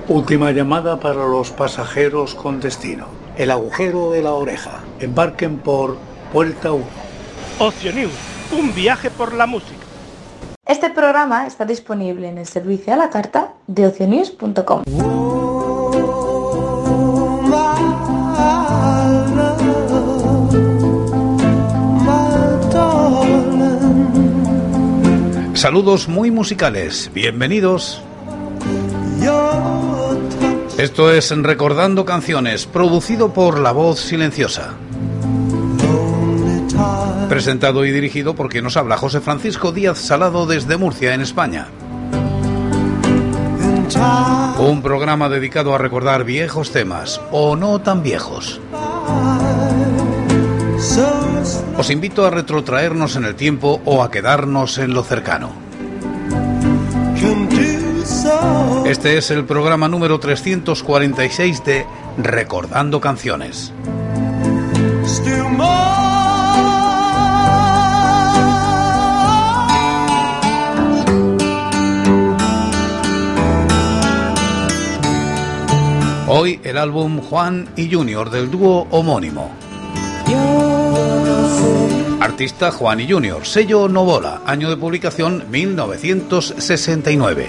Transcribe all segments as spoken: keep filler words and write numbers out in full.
Última llamada para los pasajeros con destino. El agujero de la oreja. Embarquen por Puerta uno. Ocio News, un viaje por la música. Este programa está disponible en el servicio a la carta de ocio news punto com. Saludos muy musicales, bienvenidos. Esto es Recordando Canciones, producido por La Voz Silenciosa. Presentado y dirigido por quien nos habla, José Francisco Díaz Salado, desde Murcia, en España. Un programa dedicado a recordar viejos temas, o no tan viejos. Os invito a retrotraernos en el tiempo o a quedarnos en lo cercano. Este es el programa número trescientos cuarenta y seis de Recordando Canciones. Hoy el álbum Juan y Junior del dúo homónimo. Artista Juan y Junior, sello Novola, año de publicación mil novecientos sesenta y nueve.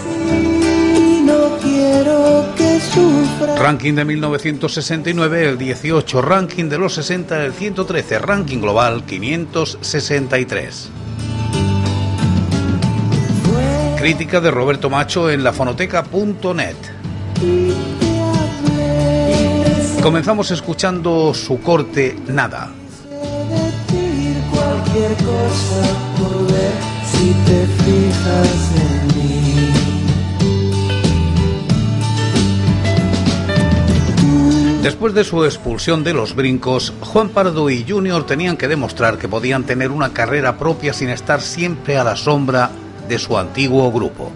Ranking de mil novecientos sesenta y nueve, el dieciocho, ranking de los sesenta, el ciento trece, ranking global quinientos sesenta y tres. Crítica de Roberto Macho en lafonoteca punto net. Comenzamos escuchando su corte Nada. Cualquier cosa por ver si te fijas en mí. Después de su expulsión de Los Brincos, Juan Pardo y Junior tenían que demostrar que podían tener una carrera propia sin estar siempre a la sombra de su antiguo grupo.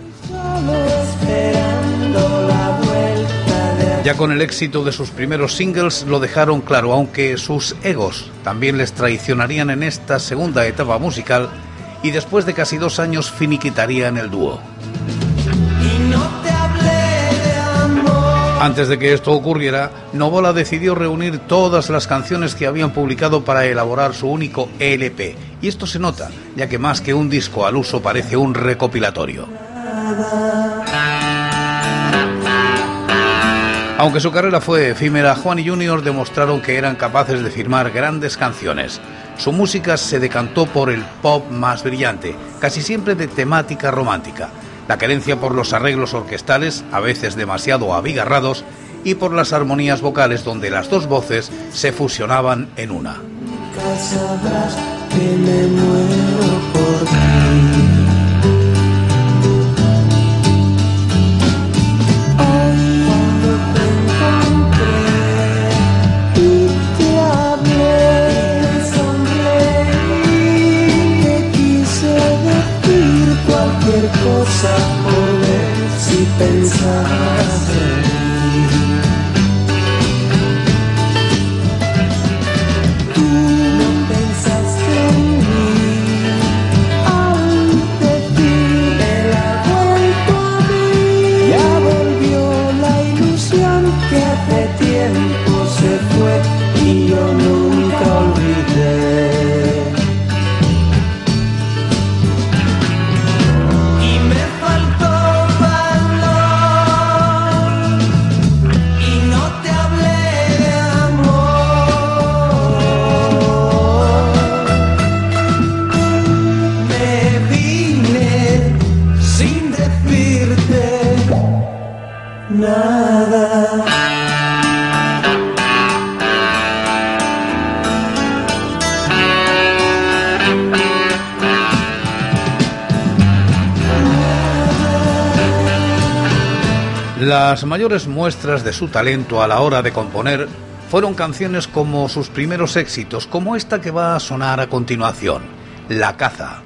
Ya con el éxito de sus primeros singles lo dejaron claro, aunque sus egos también les traicionarían en esta segunda etapa musical, y después de casi dos años finiquitarían el dúo. Antes de que esto ocurriera, Novola decidió reunir todas las canciones que habían publicado para elaborar su único E L P, y esto se nota, ya que más que un disco al uso parece un recopilatorio. Aunque su carrera fue efímera, Juan y Junior demostraron que eran capaces de firmar grandes canciones. Su música se decantó por el pop más brillante, casi siempre de temática romántica, la querencia por los arreglos orquestales, a veces demasiado abigarrados, y por las armonías vocales donde las dos voces se fusionaban en una. Sabrás que me muero por ti. Cosa por ver si pensabas en mí. Tú no pensaste en mí al decir que la vuelto a mí. Ya volvió la ilusión que hace tiempo se fue y yo nunca olvidé. Nada. Las mayores muestras de su talento a la hora de componer fueron canciones como sus primeros éxitos, como esta que va a sonar a continuación, La Caza.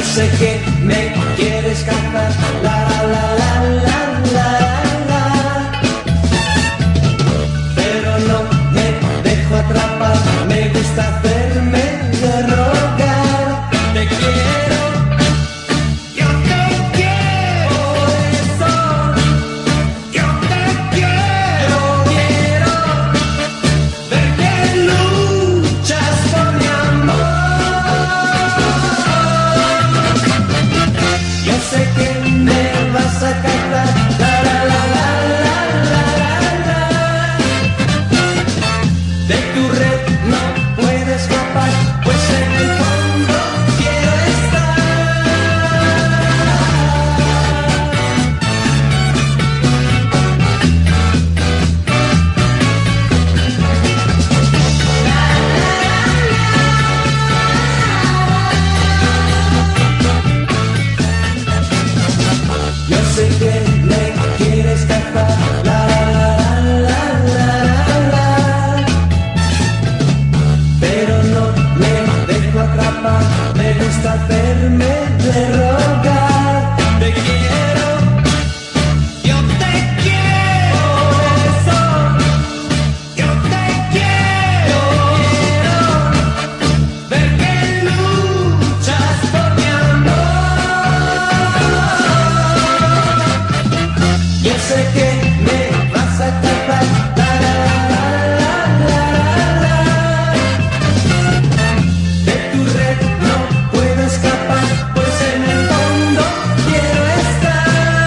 sé que me quieres cantar, la la la la la la la, pero no me dejo atrapar, me gusta hacerme de rogar. Te quiero, yo te quiero, por eso yo te quiero, quiero ver que luchas por mi amor. Yo sé que me vas a cantar, la la la la la la la, de tu red no puedo escapar, pues en el fondo quiero estar. Yo sé que me quieres escapar, la la la la la la, pero no me dejo atrapar, me gusta hacerme de rogar. Te quiero, yo te quiero, por eso yo te quiero, quiero ver que luchas por mi amor. Yo sé que me vas a atrapar, la la la la la la, de tu red no puedo escapar, pues en el fondo quiero estar.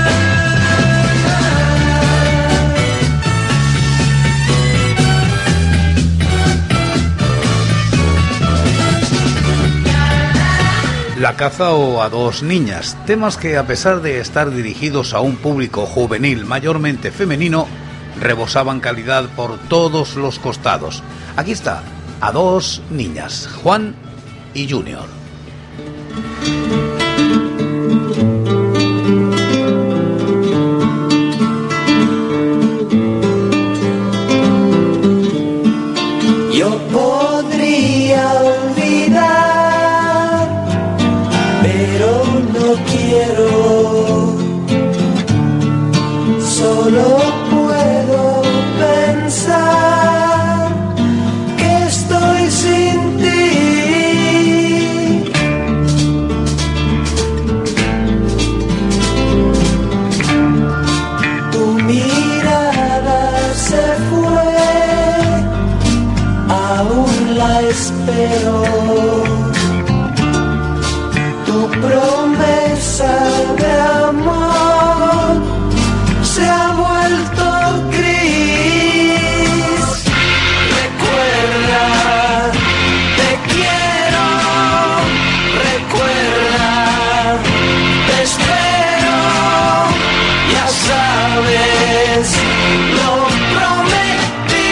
La caza o a dos niñas, temas que a pesar de estar dirigidos a un público juvenil mayormente femenino, rebosaban calidad por todos los costados. Aquí está, a dos niñas, Juan y Junior. Yo podría olvidar, pero no quiero, solo puedo pensar que estoy sin ti. Tu mirada se fue, aún la espero. Tu promesa de amor se ha vuelto gris. Recuerda, te quiero, recuerda, te espero, ya sabes, lo prometí.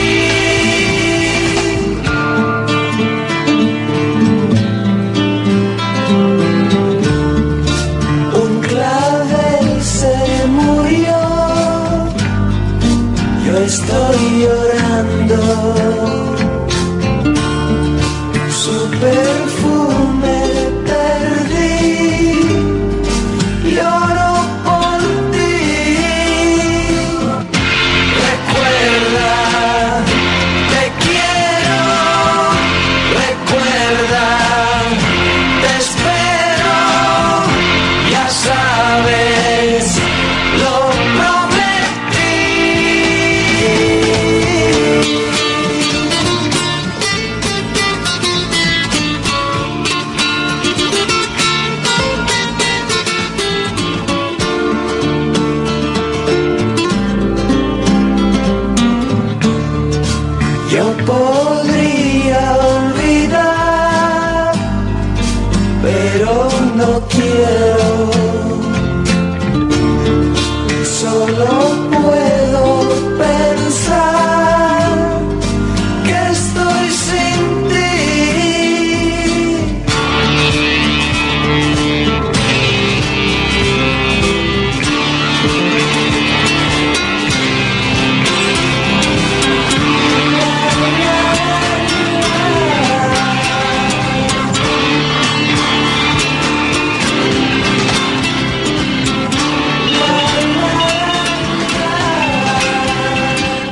Un clavel se murió, yo estoy llorando. Su perfume perdí, lloro por ti. Recuerda, te quiero, recuerda, te espero, ya sabes, lo prometí.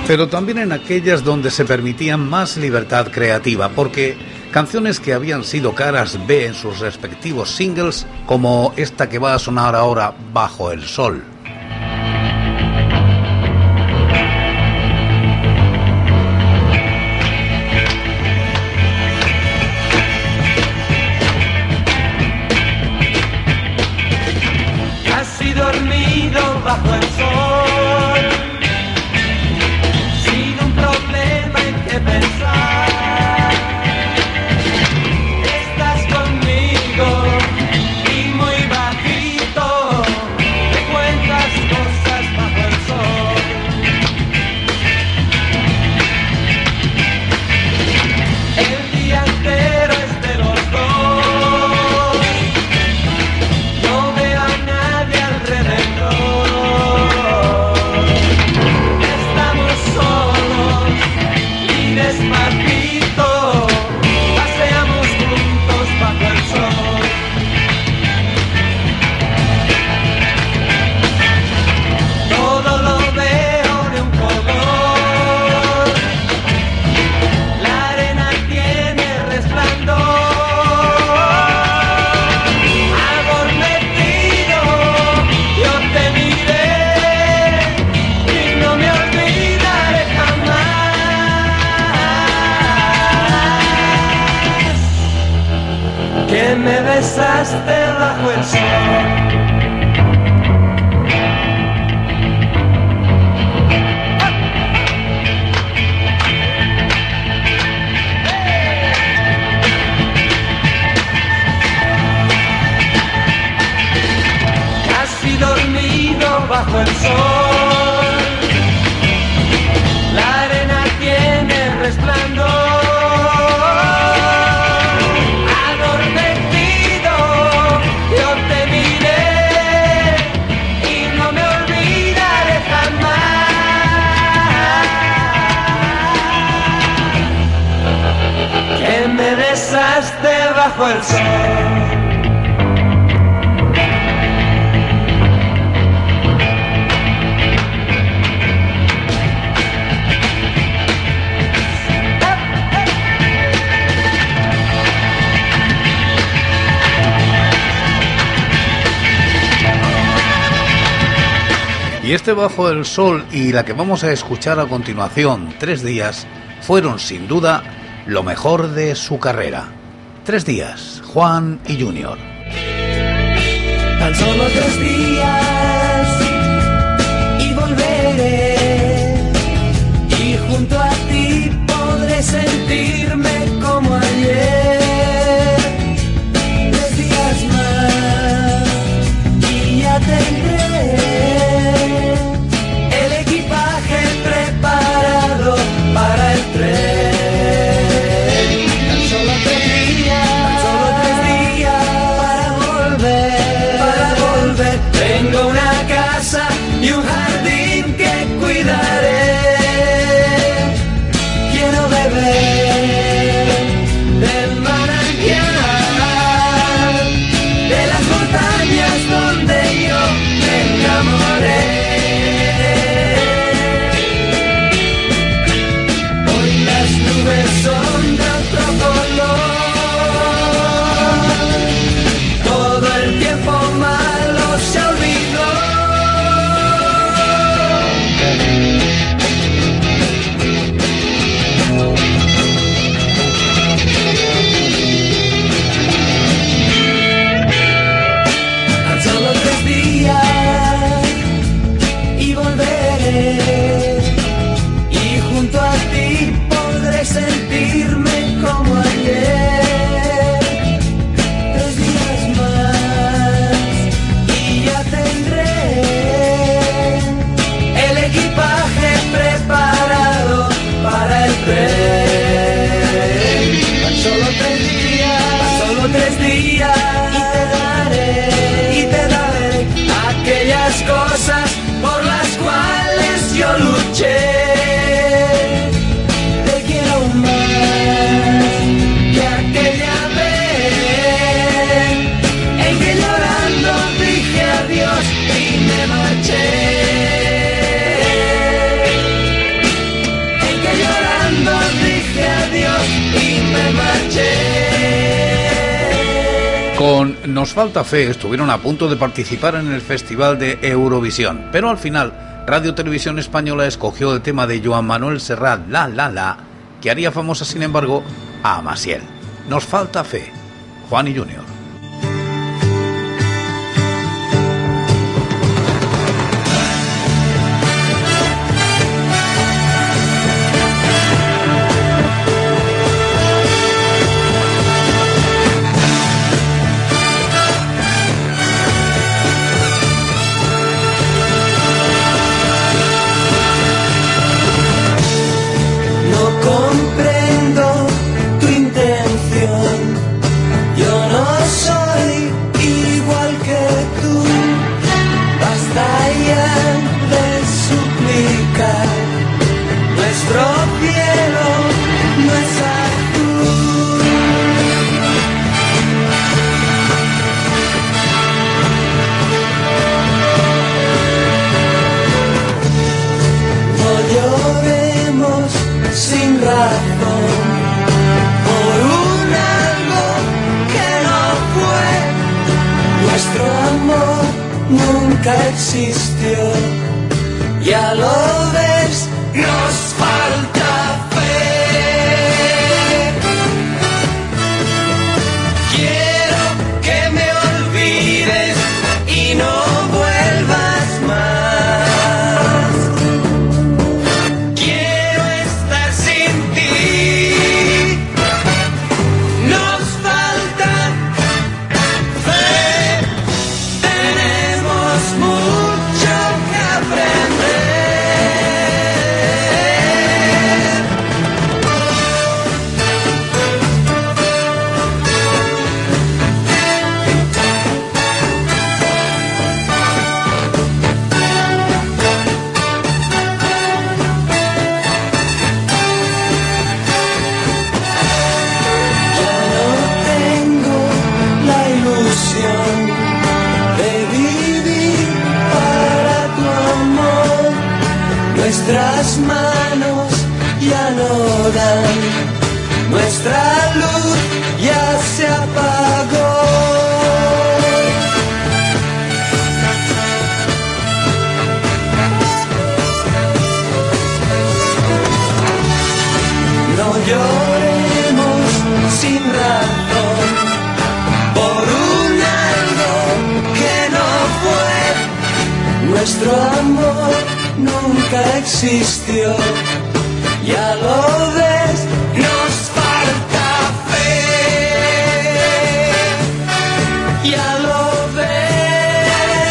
pero también en aquellas donde se permitían más libertad creativa, porque canciones que habían sido caras B en sus respectivos singles, como esta que va a sonar ahora, Bajo el Sol. Casi dormido bajo el sol, sin un problema en que pensar. Estás conmigo y muy bajito me cuentas cosas bajo el sol. El día entero es de los dos, no veo a nadie alrededor. Estamos solos y despacito paseamos juntos bajo el sol. Todo lo veo de un color, la arena tiene resplandor. Adormecido yo te miré y no me olvidaré jamás que me besaste bajo el sol. Casi dormido bajo el sol, la arena tiene resplandor. Adormecido yo te miré y no me olvidaré jamás que me besaste bajo el sol. Y este Bajo el Sol y la que vamos a escuchar a continuación, Tres días, fueron sin duda lo mejor de su carrera. Tres días, Juan y Junior. Tan solo tres días y volveré, y junto a ti podré sentirme como ayer. Tres días más y ya tendré el equipaje preparado para el tren. Tan solo tres días, tan solo tres días para volver, para volver. Tengo Con Nos falta fe estuvieron a punto de participar en el Festival de Eurovisión, pero al final Radio Televisión Española escogió el tema de Joan Manuel Serrat, La La La, que haría famosa sin embargo a Maciel. Nos falta fe, Juan y Junior. Comprendo tu intención. Yo no soy igual que tú. Basta ya de suplicar. Nuestro cielo no es azul. No lloremos sin razón por un algo que no fue. Nuestro amor nunca existió. Ya lo ves, nos falta fe. Quiero que me olvides y no vuelvas más. Quiero estar sin ti. Nos falta fe. Tenemos mucho que aprender. Ya no tengo la ilusión de vivir para tu amor. Nuestras manos ya no dan. Nuestra luz ya se apagó. No lloremos sin razón por un algo que no fue. Nuestro amor nunca existió. Ya lo ves, nos falta fe. Ya lo ves,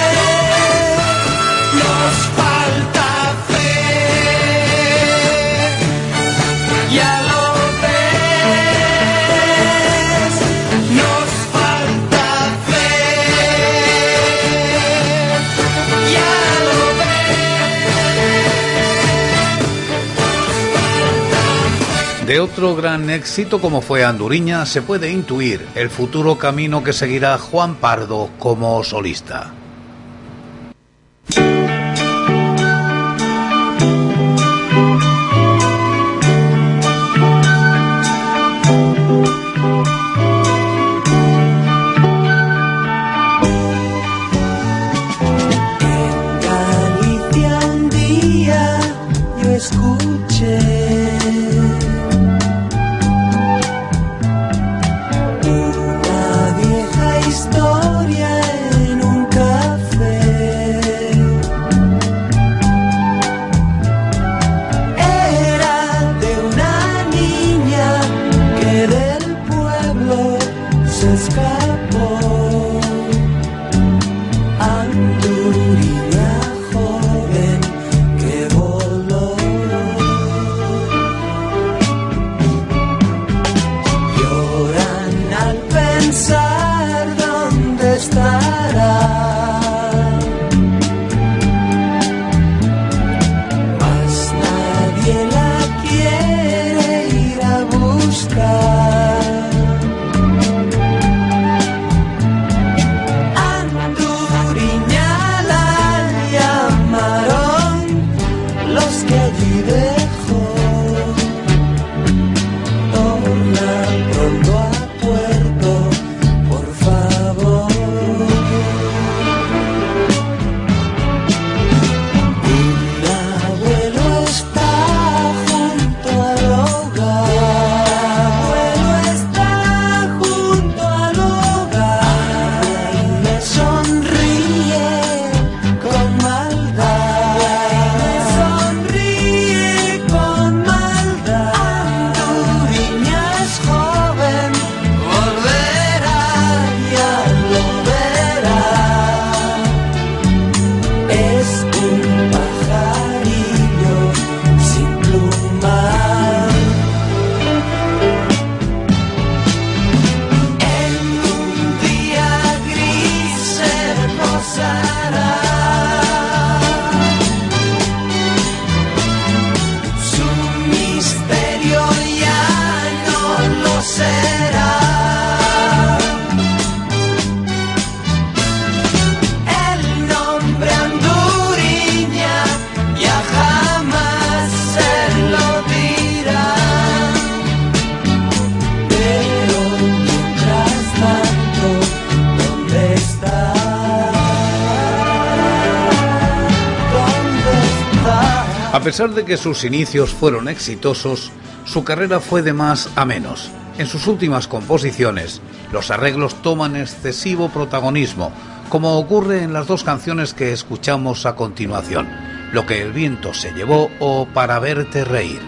nos falta fe. Ya lo ves, nos falta fe. Ya lo ves. De otro gran éxito como fue Anduriña se puede intuir el futuro camino que seguirá Juan Pardo como solista. En Galicia un día yo escuché una vieja historia en un hará. Su misterio ya no lo será. El nombre Anduriña ya jamás se lo dirá. Pero mientras tanto, ¿dónde está? ¿Dónde está? A pesar de que sus inicios fueron exitosos, su carrera fue de más a menos. En sus últimas composiciones, los arreglos toman excesivo protagonismo, como ocurre en las dos canciones que escuchamos a continuación, Lo que el viento se llevó o Para verte reír.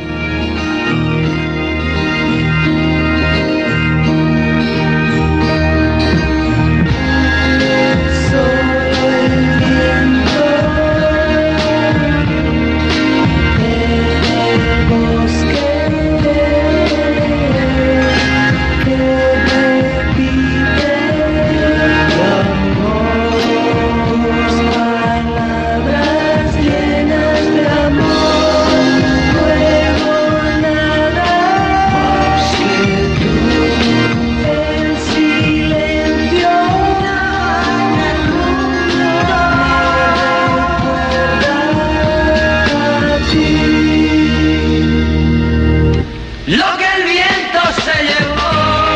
Lo que el viento se llevó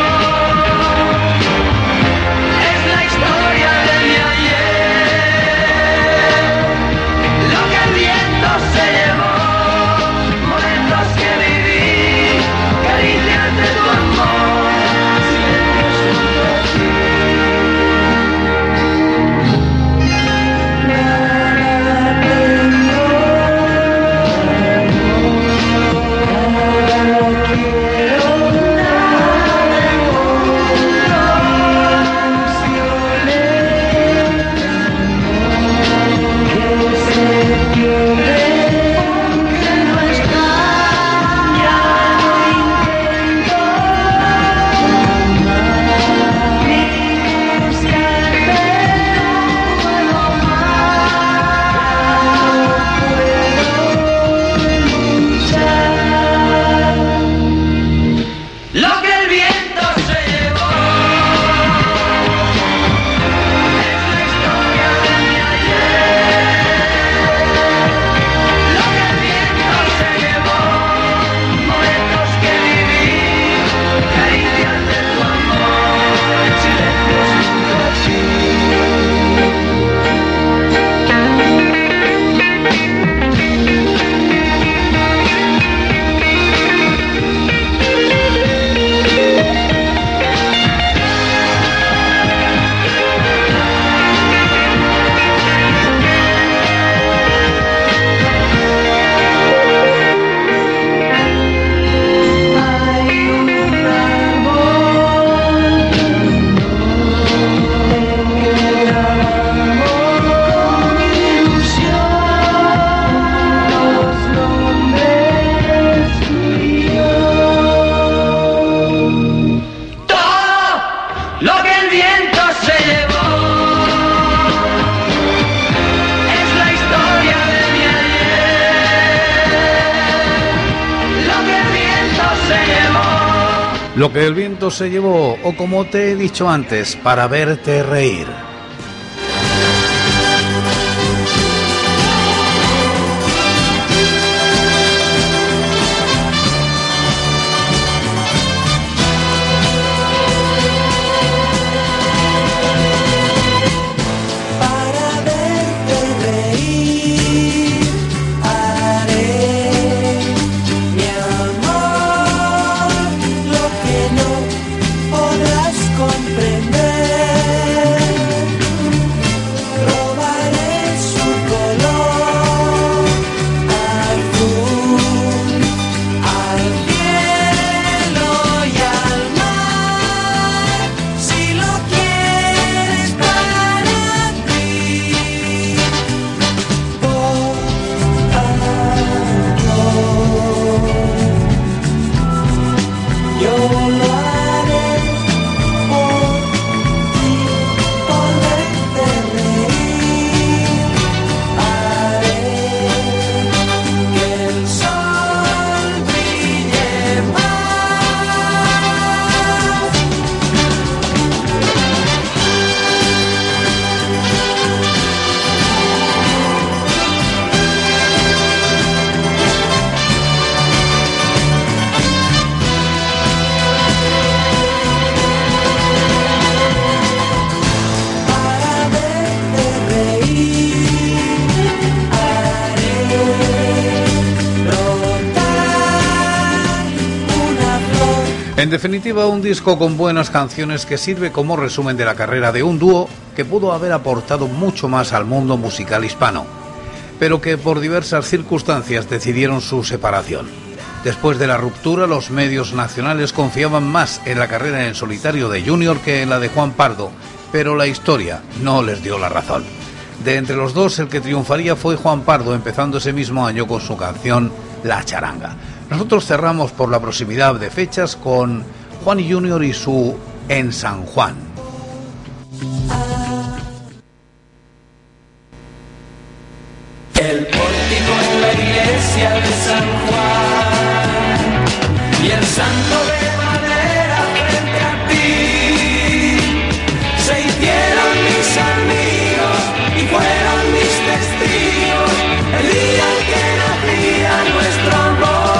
es la historia de mi ayer. Lo que el viento se llevó, momentos que viví, caricias de tu amor, silencios junto a ti. Lo que el viento se llevó es la historia de mi ayer. Lo que el viento se llevó, momentos que viví, caricias de tu amor, silencios junto a ti. Lo que el viento se llevó es la historia de mi ayer. Lo que el viento se llevó. Lo que el viento se llevó, o como te he dicho antes, Para verte reír. Para verte reír, haré, mi amor, lo que no podrás comprender. definitiva, un disco con buenas canciones que sirve como resumen de la carrera de un dúo que pudo haber aportado mucho más al mundo musical hispano, pero que por diversas circunstancias decidieron su separación. Después de la ruptura, los medios nacionales confiaban más en la carrera en solitario de Junior que en la de Juan Pardo, pero la historia no les dio la razón. De entre los dos, el que triunfaría fue Juan Pardo, empezando ese mismo año con su canción La Charanga. Nosotros cerramos por la proximidad de fechas con Juan y Junior y su En San Juan. El pórtico en la iglesia de San Juan y el santo de madera frente a ti se hicieron mis amigos y fueron mis testigos el día en que nacía nuestro amor.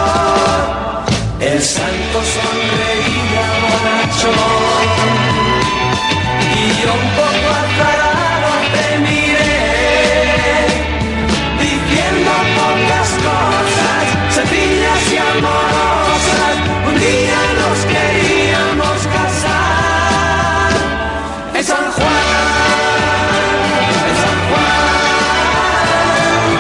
El santo sonreía bonachón y yo un poco azarado te miré, diciendo pocas cosas, sencillas y amorosas. Un día nos queríamos casar en San Juan, en San Juan.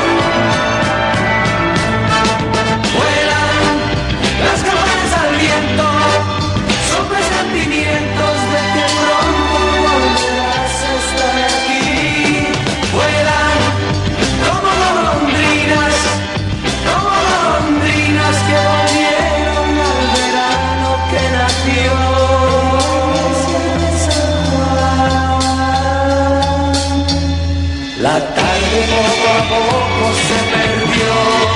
Vuelan las campanas al viento, son presentimientos de que pronto volverás a estar aquí. Vuelan como golondrinas, como golondrinas que volvieron al verano que nació. La tarde poco a poco se perdió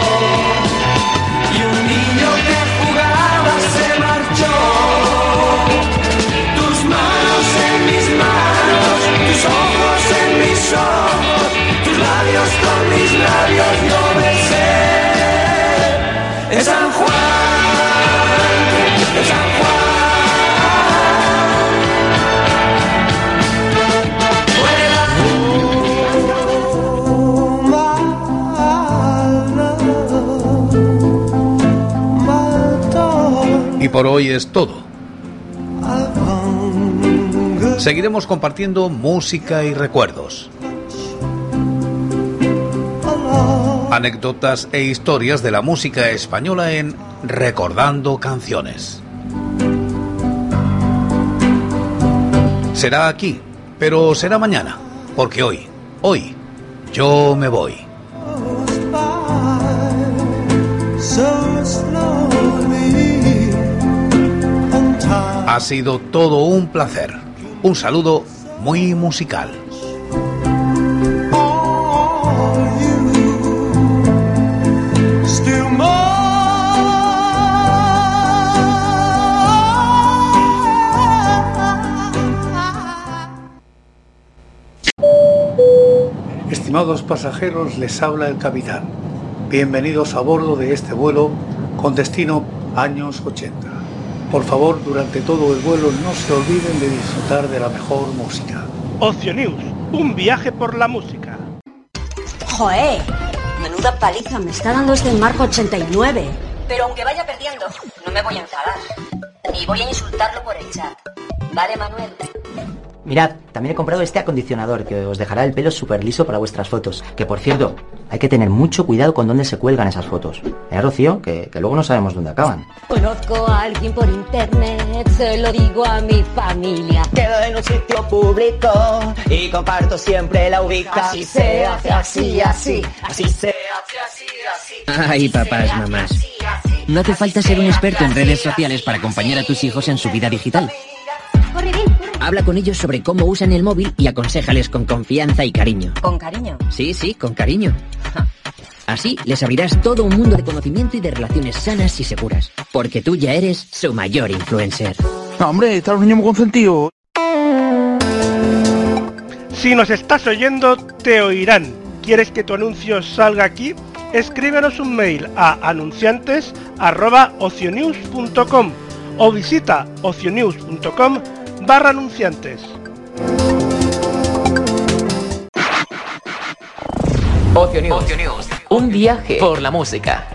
y un niño que jugaba se marchó. Tus manos en mis manos, tus ojos en mis ojos, tus labios con mis labios yo besé. En San Juan, en San Juan. Y por hoy es todo. Seguiremos compartiendo música y recuerdos, anécdotas e historias de la música española en Recordando Canciones. Será aquí, pero será mañana, porque hoy, hoy, yo me voy. Ha sido todo un placer. Un saludo muy musical. Estimados pasajeros, les habla el capitán. Bienvenidos a bordo de este vuelo con destino años ochenta. Por favor, durante todo el vuelo no se olviden de disfrutar de la mejor música. Ocio News, un viaje por la música. ¡Joé! Menuda paliza me está dando este Marco ochenta y nueve. Pero aunque vaya perdiendo, no me voy a enfadar. Ni voy a insultarlo por el chat. ¿Vale, Manuel? Mirad, también he comprado este acondicionador que os dejará el pelo súper liso para vuestras fotos. Que por cierto, hay que tener mucho cuidado con dónde se cuelgan esas fotos. ¿Eh, Rocío? Que, que luego no sabemos dónde acaban. Conozco a alguien por internet, se lo digo a mi familia. Quedo en un sitio público y comparto siempre la ubicación. Así se hace, así, así. Así se hace, así, así. Ay, papás, mamás. No hace falta ser un experto en redes sociales para acompañar a tus hijos en su vida digital. Habla con ellos sobre cómo usan el móvil y aconséjales con confianza y cariño. ¿Con cariño? Sí, sí, con cariño. Así les abrirás todo un mundo de conocimiento y de relaciones sanas y seguras. Porque tú ya eres su mayor influencer. No, hombre, están los niños muy consentidos. Si nos estás oyendo, te oirán. ¿Quieres que tu anuncio salga aquí? Escríbenos un mail a anunciantes arroba ocionews punto com o visita ocionews punto com barra anunciantes. Ocio News. Ocio News. Un viaje por la música.